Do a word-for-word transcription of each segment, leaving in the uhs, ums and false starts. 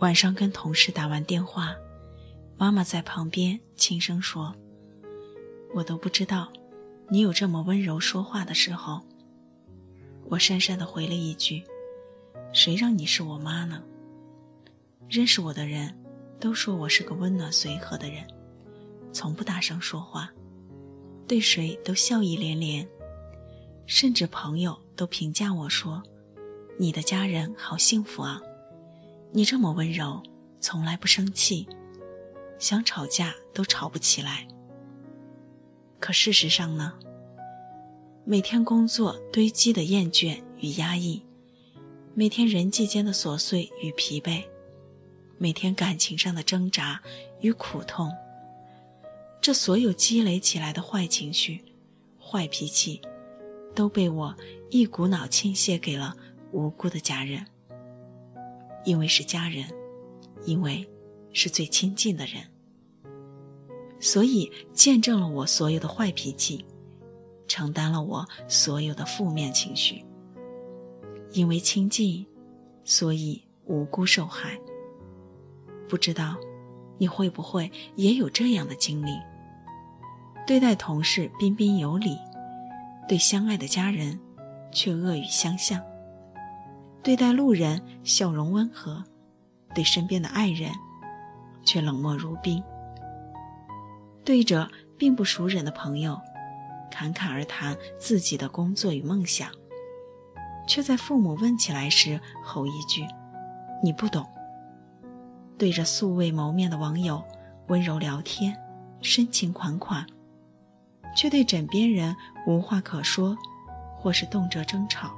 晚上跟同事打完电话，妈妈在旁边轻声说，我都不知道你有这么温柔说话的时候。我讪讪地回了一句，谁让你是我妈呢？认识我的人都说我是个温暖随和的人，从不大声说话，对谁都笑意连连，甚至朋友都评价我说，你的家人好幸福啊，你这么温柔，从来不生气，想吵架都吵不起来。可事实上呢，每天工作堆积的厌倦与压抑，每天人际间的琐碎与疲惫，每天感情上的挣扎与苦痛，这所有积累起来的坏情绪、坏脾气，都被我一股脑倾泻给了无辜的家人。因为是家人，因为是最亲近的人，所以见证了我所有的坏脾气，承担了我所有的负面情绪。因为亲近，所以无辜受害。不知道你会不会也有这样的经历，对待同事彬彬有礼，对相爱的家人却恶语相向，对待路人笑容温和，对身边的爱人却冷漠如冰，对着并不熟人的朋友侃侃而谈自己的工作与梦想，却在父母问起来时吼一句，你不懂。对着素未谋面的网友温柔聊天，深情款款，却对枕边人无话可说，或是动辄争吵。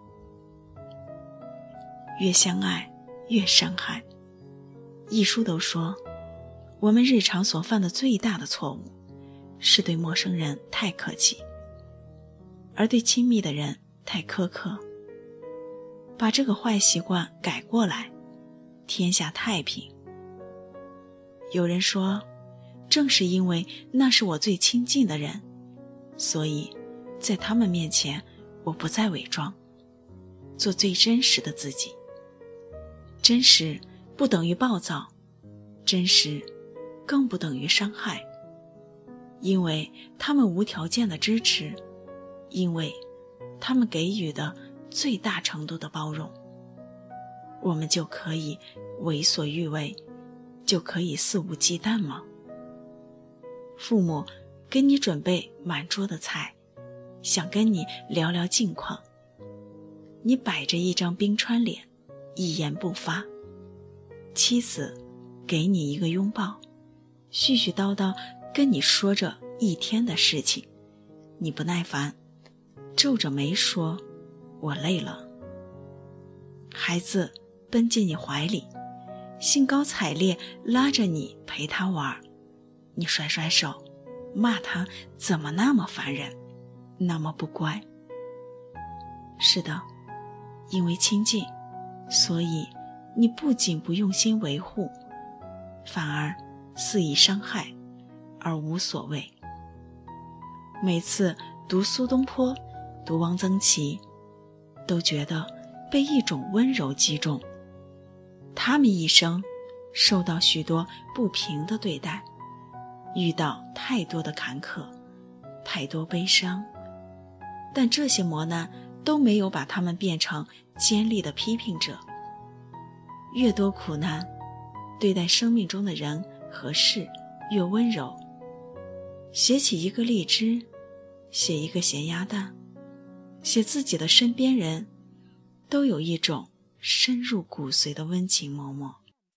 越相爱越伤害。一书都说，我们日常所犯的最大的错误是对陌生人太客气，而对亲密的人太苛刻。把这个坏习惯改过来，天下太平。有人说，正是因为那是我最亲近的人，所以在他们面前我不再伪装，做最真实的自己。真实不等于暴躁，真实更不等于伤害，因为他们无条件的支持，因为他们给予的最大程度的包容，我们就可以为所欲为，就可以肆无忌惮吗？父母给你准备满桌的菜，想跟你聊聊近况，你摆着一张冰川脸，一言不发。妻子给你一个拥抱，絮絮叨叨跟你说着一天的事情，你不耐烦，皱着眉说，我累了。孩子奔进你怀里，兴高采烈拉着你陪他玩，你甩甩手，骂他怎么那么烦人，那么不乖。是的，因为亲近，所以你不仅不用心维护，反而肆意伤害，而无所谓。每次读苏东坡，读汪曾祺，都觉得被一种温柔击中。他们一生受到许多不平的对待，遇到太多的坎坷，太多悲伤，但这些磨难都没有把他们变成尖利的批评者。越多苦难，对待生命中的人和事越温柔。写起一个荔枝，写一个咸鸭蛋，写自己的身边人，都有一种深入骨髓的温情脉脉。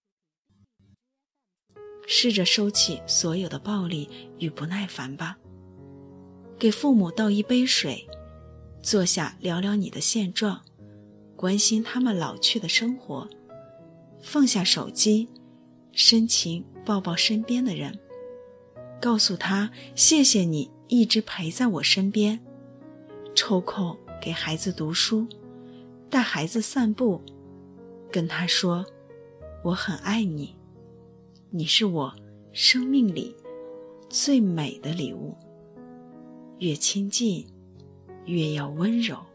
试着收起所有的暴力与不耐烦吧，给父母倒一杯水，坐下聊聊你的现状，关心他们老去的生活，放下手机，深情抱抱身边的人，告诉他谢谢你一直陪在我身边，抽空给孩子读书，带孩子散步，跟他说我很爱你，你是我生命里最美的礼物。越亲近，越要温柔。